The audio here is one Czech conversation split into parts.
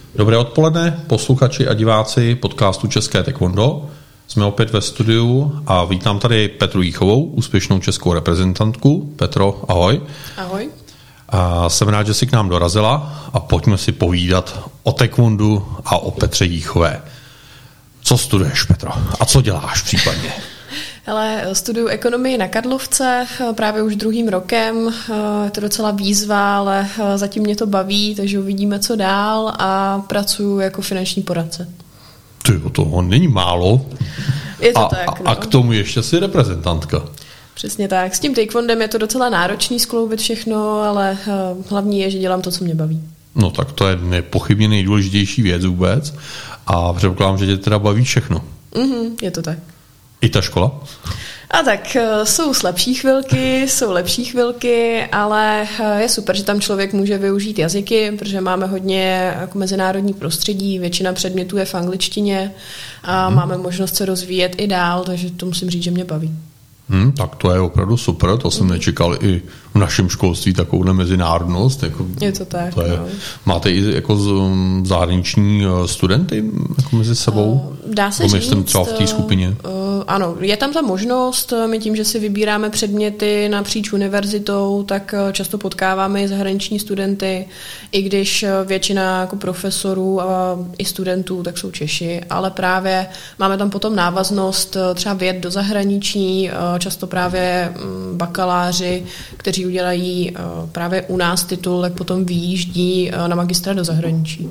Dobré odpoledne, posluchači a diváci podcastu České taekwondo. Jsme opět ve studiu a vítám tady Petru Jíchovou, úspěšnou českou reprezentantku. Petro, ahoj. Ahoj. A jsem rád, že jsi k nám dorazila a pojďme si povídat o taekwondu a o Petře Jíchové. Co studuješ, Petro? A co děláš případně? Hele, studuju ekonomii na Karlovce právě už druhým rokem. Je to docela výzva, ale zatím mě to baví, takže uvidíme, co dál, a pracuji jako finanční poradce. Toho není málo. Je to tak, no. A k tomu ještě jsi reprezentantka. Přesně tak. S tím taekwondem je to docela náročný skloubit všechno, ale hlavní je, že dělám to, co mě baví. No tak to je nepochybně nejdůležitější věc vůbec a předpokládám, že tě teda baví všechno. Je to tak. I ta škola? A tak jsou slabší chvilky, jsou lepší chvilky, ale je super, že tam člověk může využít jazyky, protože máme hodně jako mezinárodní prostředí, většina předmětů je v angličtině a máme možnost se rozvíjet i dál, takže to musím říct, že mě baví. Tak to je opravdu super, to jsem nečekal i v našem školství takovouhle mezinárodnost. Jako, je to tak. Máte i jako zahraniční studenty jako mezi sebou? Dá se říct. Třeba v té skupině? Ano, je tam ta možnost. My tím, že si vybíráme předměty napříč univerzitou, tak často potkáváme i zahraniční studenty, i když většina jako profesorů a i studentů tak jsou Češi, ale právě máme tam potom návaznost třeba vyjet do zahraničí, často právě bakaláři, kteří udělají právě u nás titul, tak potom vyjíždí na magistra do zahraničí.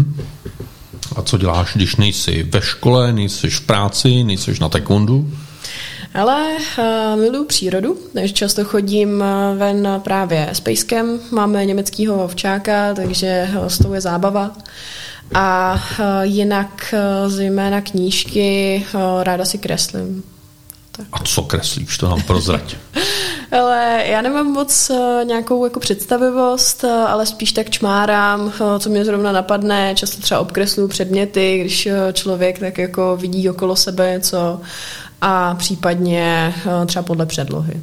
A co děláš, když nejsi ve škole, nejsi v práci, nejsi na taekwondu? Ale miluji přírodu, takže často chodím ven právě s pejskem, máme německýho ovčáka, takže s tou je zábava. A jinak zejména knížky ráda si kreslím. Tak. A co kreslíš, to nám prozrať. Ale já nemám moc nějakou jako představivost, ale spíš tak čmárám, co mě zrovna napadne. Často třeba obkresluju předměty, když člověk tak jako vidí okolo sebe něco, a případně třeba podle předlohy.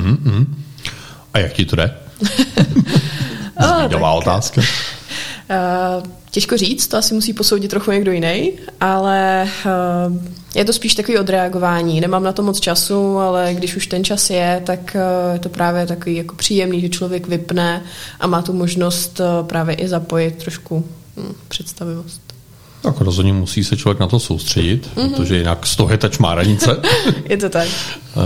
A jak ti to jde? Zvídavá otázka. Těžko říct, to asi musí posoudit trochu někdo jiný, ale je to spíš takový odreagování. Nemám na to moc času, ale když už ten čas je, tak je to právě takový jako příjemný, že člověk vypne a má tu možnost právě i zapojit trošku představivost. Tak rozhodně musí se člověk na to soustředit, protože jinak z toho je ta čmáranice. Je to tak.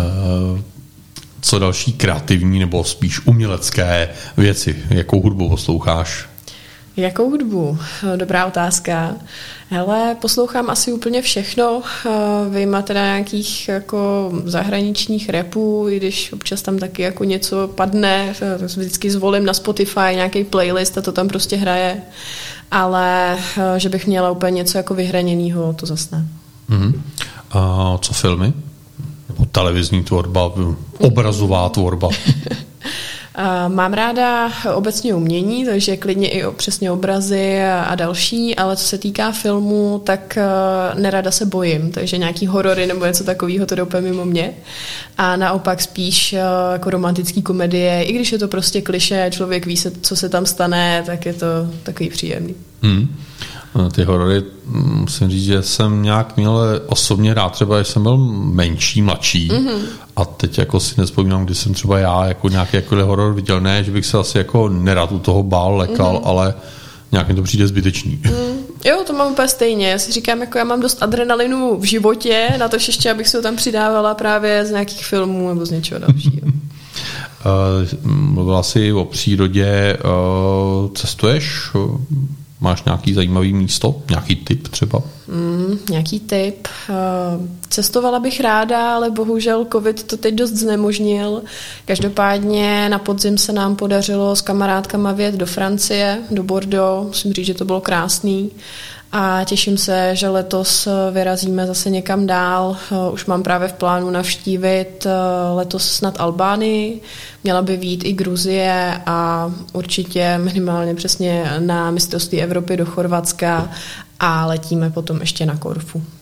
Co další kreativní nebo spíš umělecké věci? Jakou hudbu posloucháš? Jakou hudbu? Dobrá otázka. Hele, poslouchám asi úplně všechno. Vyjma teda nějakých jako zahraničních rapů, i když občas tam taky jako něco padne, tak vždycky zvolím na Spotify nějaký playlist a to tam prostě hraje. Ale že bych měla úplně něco jako vyhraněného, to zase ne. A co filmy? Nebo televizní tvorba, obrazová tvorba? Mám ráda obecně umění, takže klidně i přesně obrazy a další, ale co se týká filmu, tak nerada se bojím, takže nějaký horory nebo něco takového, to jde úplně mimo mě. A naopak spíš jako romantický komedie, i když je to prostě klišé, člověk ví, co se tam stane, tak je to takový příjemný. Ty horory, musím říct, že jsem nějak měl osobně rád, třeba když jsem byl menší, mladší, a teď jako si nevzpomínám, kdy jsem třeba já jako nějaký jako horor viděl, ne, že bych se asi jako nerad u toho bál, lekal, ale nějak mi to přijde zbytečný. Jo, to mám úplně stejně. Já si říkám, jako já mám dost adrenalinu v životě, na to ještě, abych se ho tam přidávala právě z nějakých filmů nebo z něčeho dalšího. Mluvila jsi o přírodě, cestuješ? Máš nějaký zajímavý místo? Nějaký tip třeba? Nějaký tip. Cestovala bych ráda, ale bohužel covid to teď dost znemožnil. Každopádně na podzim se nám podařilo s kamarádkama vyjet do Francie, do Bordeaux. Musím říct, že to bylo krásný. A těším se, že letos vyrazíme zase někam dál. Už mám právě v plánu navštívit letos snad Albánii, měla by vyjít i Gruzie a určitě minimálně přesně na mistrovství Evropy do Chorvatska a letíme potom ještě na Korfu.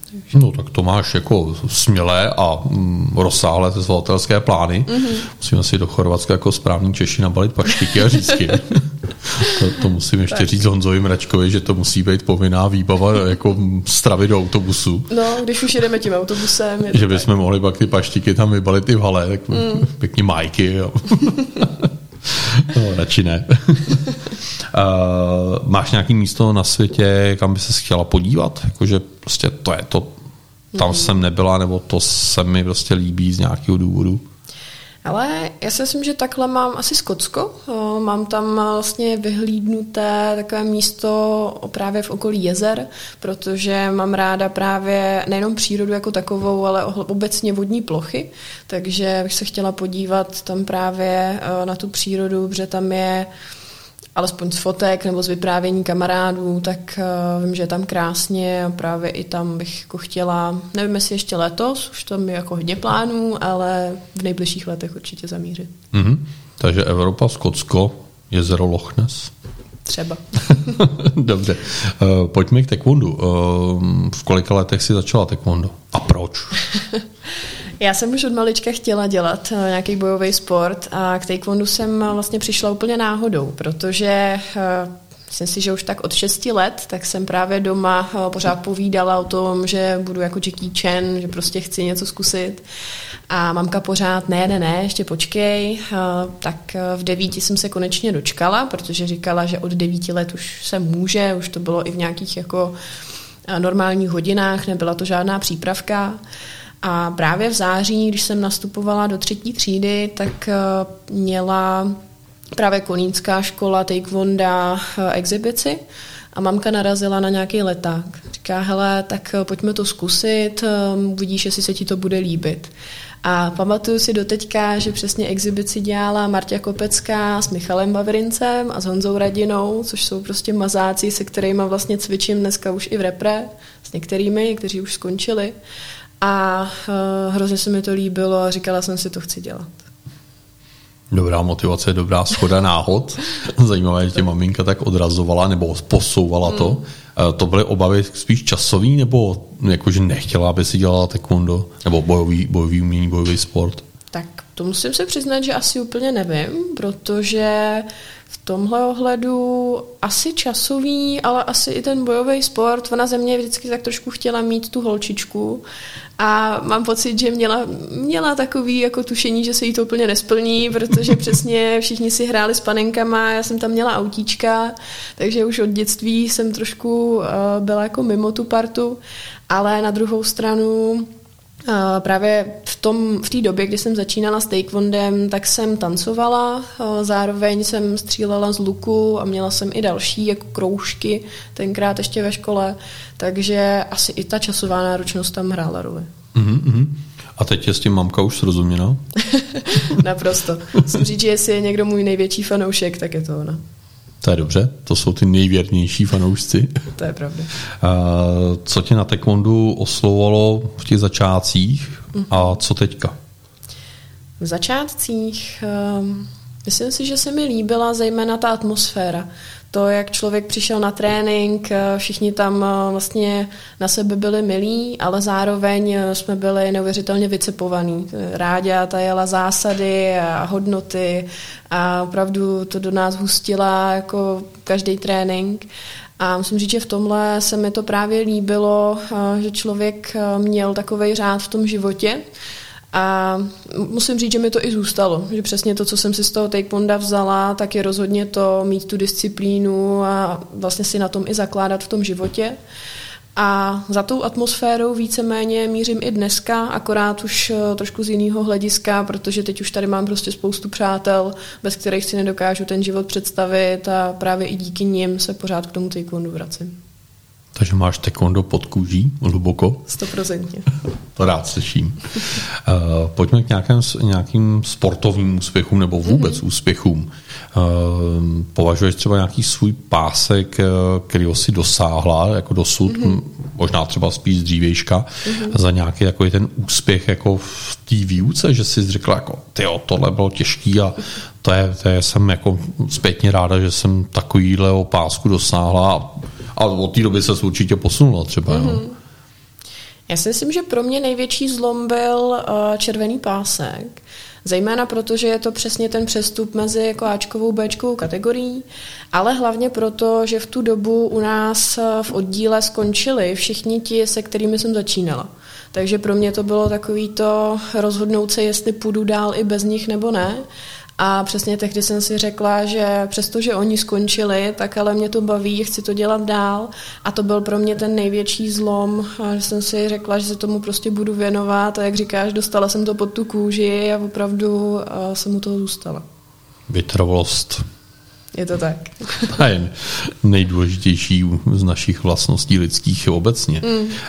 No tak to máš jako smělé a rozsáhlé cestovatelské plány. Musíme si do Chorvatska jako správní Češi nabalit paštiky a řízky. To musím ještě říct Honzovi Mračkovi, že to musí být povinná výbava jako stravy do autobusu. No, když už jedeme tím autobusem. Že bychom mohli pak ty paštiky tam vybalit i v hale, tak pěkně majky. Jo. No, radši ne. Máš nějaké místo na světě, kam by ses chtěla podívat? Jakože prostě to je to, tam jsem nebyla, nebo to se mi prostě líbí z nějakého důvodu? Ale já si myslím, že takhle mám asi Skotsko. Mám tam vlastně vyhlídnuté takové místo právě v okolí jezer, protože mám ráda právě nejenom přírodu jako takovou, ale obecně vodní plochy. Takže bych se chtěla podívat tam právě na tu přírodu, protože tam je alespoň z fotek nebo z vyprávění kamarádů, tak vím, že je tam krásně a právě i tam bych jako chtěla, nevím jestli ještě letos, už tam je jako hodně plánů, ale v nejbližších letech určitě zamířit. Takže Evropa, Skotsko, jezero Loch Ness. Třeba. Dobře. Pojďme k taekwondu. V kolika letech jsi začala taekwondo? A proč? Já jsem už od malička chtěla dělat nějaký bojový sport a k taekwondu jsem vlastně přišla úplně náhodou, protože myslím si, že už tak od 6 let, tak jsem právě doma pořád povídala o tom, že budu jako Jackie Chan, že prostě chci něco zkusit. A mamka pořád, ne, ještě počkej. Tak v 9 jsem se konečně dočkala, protože říkala, že od 9 let už se může, už to bylo i v nějakých jako normálních hodinách, nebyla to žádná přípravka. A právě v září, když jsem nastupovala do 3. třídy, tak měla právě kolínská škola taekwonda exibici a mamka narazila na nějaký leták. Říká, hele, tak pojďme to zkusit, uvidíš, jestli se ti to bude líbit. A pamatuju si doteďka, že přesně exibici dělala Marta Kopecká s Michalem Vavrincem a s Honzou Radinou, což jsou prostě mazáci, se kterými vlastně cvičím dneska už i v repre, s některými, kteří už skončili. A hrozně se mi to líbilo a říkala jsem si, to chci dělat. Dobrá motivace, dobrá shoda náhod. Zajímavé, že tě maminka tak odrazovala nebo posouvala to. To byly obavy spíš časový, nebo jakože nechtěla, aby si dělala taekwondo? Nebo bojový umění, bojový sport? Tak to musím se přiznat, že asi úplně nevím, protože v tomhle ohledu asi časový, ale asi i ten bojový sport. Ona ze mě vždycky tak trošku chtěla mít tu holčičku a mám pocit, že měla takový jako tušení, že se jí to úplně nesplní, protože přesně všichni si hráli s panenkama, já jsem tam měla autíčka, takže už od dětství jsem trošku byla jako mimo tu partu, ale na druhou stranu právě v té době, kdy jsem začínala s taekwondem, tak jsem tancovala, zároveň jsem střílela z luku a měla jsem i další jako kroužky, tenkrát ještě ve škole, takže asi i ta časová náročnost tam hrála roli. A teď je s tím mamka už srozuměna? Naprosto. Musím říct, že jestli je někdo můj největší fanoušek, tak je to ona. To je dobře, to jsou ty nejvěrnější fanoušci. To je pravda. Co tě na taekwondu oslovovalo v těch začátcích a co teďka? V začátcích myslím si, že se mi líbila zejména ta atmosféra. To, jak člověk přišel na trénink, všichni tam vlastně na sebe byli milí, ale zároveň jsme byli neuvěřitelně vycepovaní. Ráďa tajela zásady a hodnoty a opravdu to do nás hustila jako každý trénink. A musím říct, že v tomhle se mi to právě líbilo, že člověk měl takovej řád v tom životě. A musím říct, že mi to i zůstalo, že přesně to, co jsem si z toho taekwonda vzala, tak je rozhodně to mít tu disciplínu a vlastně si na tom i zakládat v tom životě. A za tou atmosférou víceméně mířím i dneska, akorát už trošku z jiného hlediska, protože teď už tady mám prostě spoustu přátel, bez kterých si nedokážu ten život představit a právě i díky nim se pořád k tomu taekwondu vracím. Takže máš taekwondo pod kůží, hluboko? 100%. To rád slyším. Pojďme k nějakým sportovním úspěchům nebo vůbec úspěchům. Považuješ třeba nějaký svůj pásek, kterýho si dosáhla jako dosud, možná třeba spíš dřívějška, za nějaký takový ten úspěch jako v té výuce, že jsi řekla jako tyjo, tohle bylo těžký a to je jsem jako zpětně ráda, že jsem takovýhle pásku dosáhla a od té doby se určitě posunula třeba. Já si myslím, že pro mě největší zlom byl červený pásek. Zejména proto, že je to přesně ten přestup mezi jako Ačkovou, Bčkovou kategorií, ale hlavně proto, že v tu dobu u nás v oddíle skončili všichni ti, se kterými jsem začínala. Takže pro mě to bylo takový to rozhodnout se, jestli půjdu dál i bez nich nebo ne. A přesně tehdy jsem si řekla, že přestože oni skončili, tak ale mě to baví, chci to dělat dál. A to byl pro mě ten největší zlom, že jsem si řekla, že se tomu prostě budu věnovat. A jak říkáš, dostala jsem to pod tu kůži a opravdu jsem u toho zůstala. Vytrvalost. Je to tak. To je nejdůležitější z našich vlastností lidských obecně.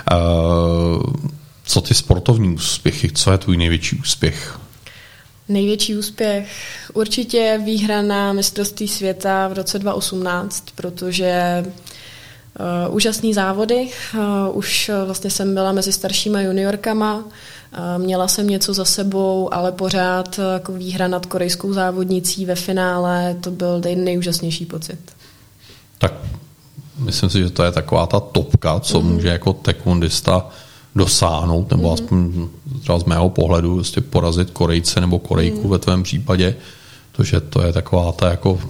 Co ty sportovní úspěchy? Co je tvůj největší úspěch? Největší úspěch určitě výhra na mistrovství světa v roce 2018, protože úžasný závody. Už vlastně jsem byla mezi staršíma juniorkama, měla jsem něco za sebou, ale pořád jako výhra nad korejskou závodnicí ve finále, to byl nejúžasnější pocit. Tak myslím si, že to je taková ta topka, co může jako taekwondista dosáhnout, nebo aspoň třeba z mého pohledu vlastně porazit Korejce nebo Korejku ve tvém případě, protože to je taková ta jako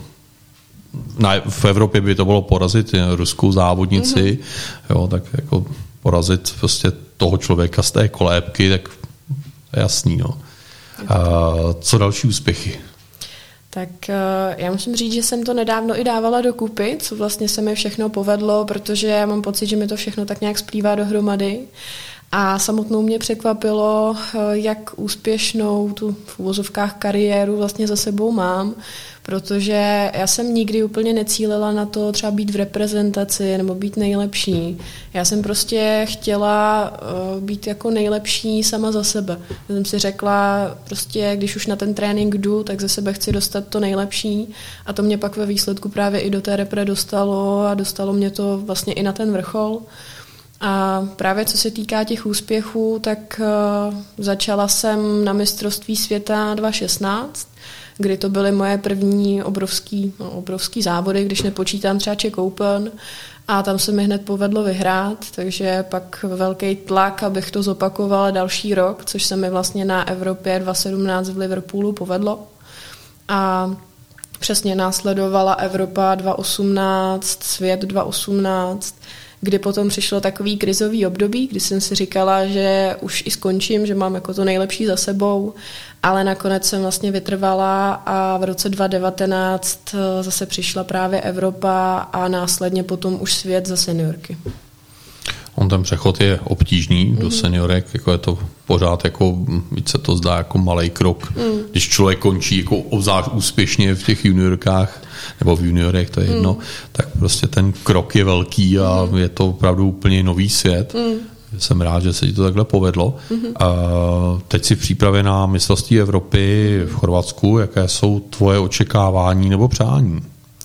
v Evropě by to bylo porazit ruskou závodnici, jo, tak jako porazit prostě toho člověka z té kolébky, tak je jasný. No. Co další úspěchy? Tak já musím říct, že jsem to nedávno i dávala dokupy, co vlastně se mi všechno povedlo, protože mám pocit, že mi to všechno tak nějak splývá dohromady. A samotnou mě překvapilo, jak úspěšnou tu v uvozovkách kariéru vlastně za sebou mám, protože já jsem nikdy úplně necílila na to třeba být v reprezentaci nebo být nejlepší. Já jsem prostě chtěla být jako nejlepší sama za sebe. Já jsem si řekla, prostě když už na ten trénink jdu, tak ze sebe chci dostat to nejlepší a to mě pak ve výsledku právě i do té repre dostalo a dostalo mě to vlastně i na ten vrchol. A právě co se týká těch úspěchů, tak začala jsem na mistrovství světa 2016, kdy to byly moje první obrovský závody, když nepočítám třeba Czech Open, a tam se mi hned povedlo vyhrát, takže pak velký tlak, abych to zopakovala další rok, což se mi vlastně na Evropě 2017 v Liverpoolu povedlo. A přesně následovala Evropa 2018, svět 2018, kdy potom přišlo takový krizový období, kdy jsem si říkala, že už i skončím, že mám jako to nejlepší za sebou, ale nakonec jsem vlastně vytrvala a v roce 2019 zase přišla právě Evropa a následně potom už svět za seniorky. Ten přechod je obtížný do seniorek, jako je to pořád, jako, víc se to zdá jako malej krok. Když člověk končí jako obzvlášť úspěšně v těch juniorkách, nebo v juniorech, to je jedno, tak prostě ten krok je velký a je to opravdu úplně nový svět. Jsem rád, že se ti to takhle povedlo. A teď si v přípravě na mistrovství Evropy v Chorvatsku, jaké jsou tvoje očekávání nebo přání?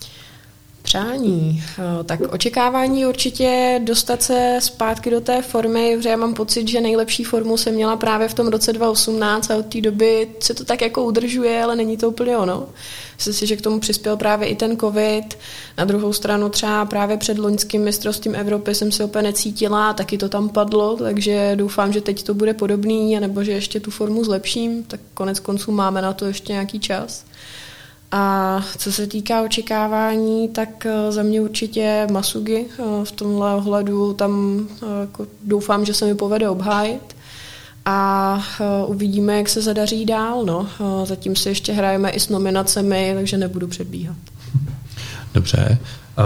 Přání. Tak očekávání určitě dostat se zpátky do té formy, protože já mám pocit, že nejlepší formu jsem měla právě v tom roce 2018 a od té doby se to tak jako udržuje, ale není to úplně ono. Myslím si, že k tomu přispěl právě i ten covid. Na druhou stranu třeba právě před loňským mistrovstvím Evropy jsem se úplně necítila, taky to tam padlo, takže doufám, že teď to bude podobný, anebo že ještě tu formu zlepším, tak konec konců máme na to ještě nějaký čas. A co se týká očekávání, tak za mě určitě Masugi v tomhle ohledu tam jako doufám, že se mi povede obhájit a uvidíme, jak se zadaří dál. No. Zatím si ještě hrajeme i s nominacemi, takže nebudu předbíhat. Dobře.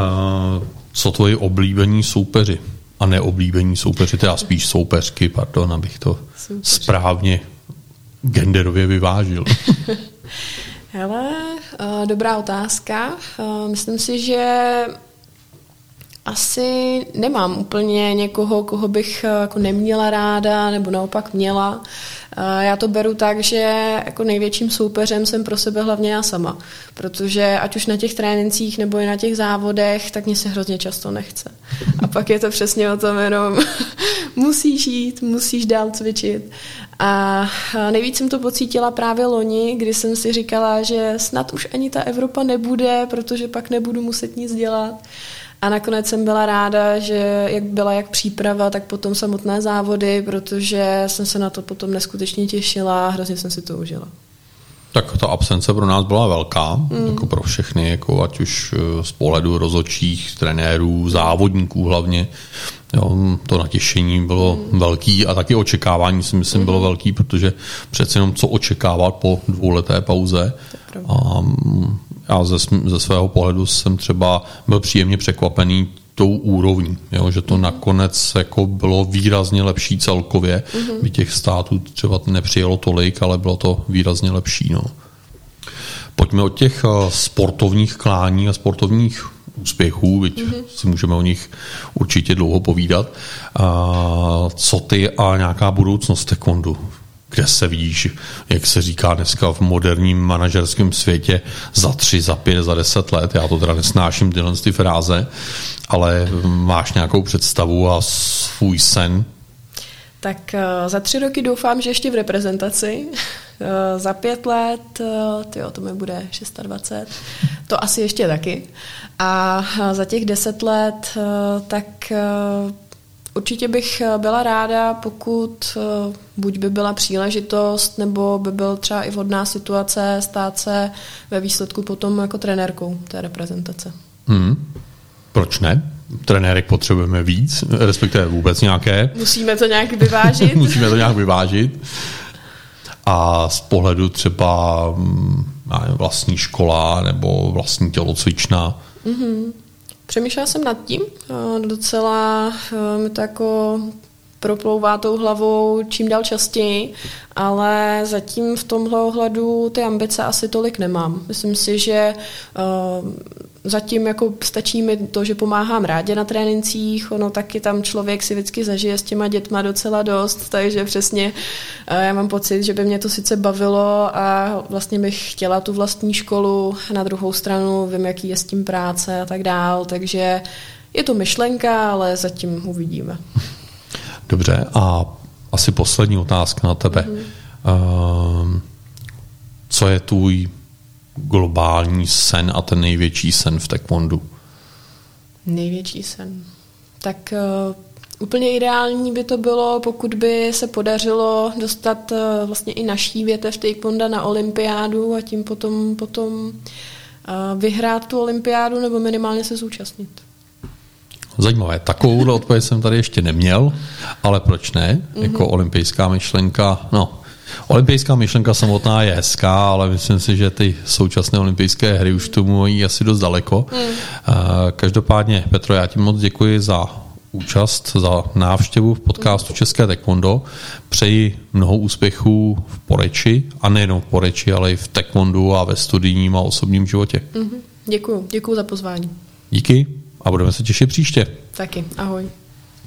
Co tvoji oblíbení soupeři a neoblíbení soupeři, teda spíš soupeřky, pardon, abych to správně genderově vyvážil. Hele, dobrá otázka. Myslím si, že asi nemám úplně někoho, koho bych jako neměla ráda, nebo naopak měla. Já to beru tak, že jako největším soupeřem jsem pro sebe hlavně já sama, protože ať už na těch trénincích nebo i na těch závodech, tak mě se hrozně často nechce. A pak je to přesně o tom jenom musíš jít, musíš dál cvičit. A nejvíc jsem to pocítila právě loni, kdy jsem si říkala, že snad už ani ta Evropa nebude, protože pak nebudu muset nic dělat. A nakonec jsem byla ráda, že jak byla jak příprava, tak potom samotné závody, protože jsem se na to potom neskutečně těšila a hrozně jsem si to užila. Tak ta absence pro nás byla velká, jako pro všechny, jako ať už z pohledu rozhodčích, trenérů, závodníků hlavně. Jo, to natěšení bylo velký a taky očekávání si myslím bylo velký, protože přece jenom co očekávat po 2leté pauze. A já ze svého pohledu jsem třeba byl příjemně překvapený tou úrovní, jo, že to nakonec jako bylo výrazně lepší celkově. By těch států třeba nepřijelo tolik, ale bylo to výrazně lepší. No. Pojďme od těch sportovních klání a sportovních úspěchů, byť si můžeme o nich určitě dlouho povídat. Co ty a nějaká budoucnost taekwondu? Kde se vidíš, jak se říká dneska v moderním manažerském světě, za 3, za 5, za 10 let? Já to teda nesnáším tyhle ty fráze, ale máš nějakou představu a svůj sen? Tak za 3 roky doufám, že ještě v reprezentaci. Za 5 let, to mi bude 26, to asi ještě taky. A za těch 10 let, tak určitě bych byla ráda, pokud buď by byla příležitost, nebo by byl třeba i vhodná situace stát se ve výsledku potom jako trenérkou té reprezentace. Proč ne? Trenérek potřebujeme víc, respektive vůbec nějaké. Musíme to nějak vyvážit. Musíme to nějak vyvážit. A z pohledu třeba vlastní škola nebo vlastní tělocvična. Přemýšlela jsem nad tím. Docela mi to jako proplouvá tou hlavou čím dál častěji, ale zatím v tomhle ohledu ty ambice asi tolik nemám. Myslím si, že zatím jako stačí mi to, že pomáhám Rádě na trénincích, ono taky tam člověk si vždycky zažije s těma dětma docela dost, takže přesně já mám pocit, že by mě to sice bavilo a vlastně bych chtěla tu vlastní školu, na druhou stranu vím, jaký je s tím práce a tak dál, takže je to myšlenka, ale zatím uvidíme. Dobře, a asi poslední otázka na tebe. Co je tvůj globální sen a ten největší sen v taekwondu? Největší sen. Tak úplně ideální by to bylo, pokud by se podařilo dostat vlastně i naší větev taekwonda na olympiádu a tím potom vyhrát tu olympiádu nebo minimálně se zúčastnit. Zajímavé. Takovouhle odpověď jsem tady ještě neměl, ale proč ne? Jako olympijská myšlenka, olympijská myšlenka samotná je hezká, ale myslím si, že ty současné olympijské hry už tomu mají asi dost daleko. Každopádně, Petro, já ti moc děkuji za účast, za návštěvu v podcastu České taekwondo. Přeji mnoho úspěchů v Poreči a nejenom v Poreči, ale i v taekwondu a ve studijním a osobním životě. Děkuju za pozvání. Díky a budeme se těšit příště. Taky, ahoj.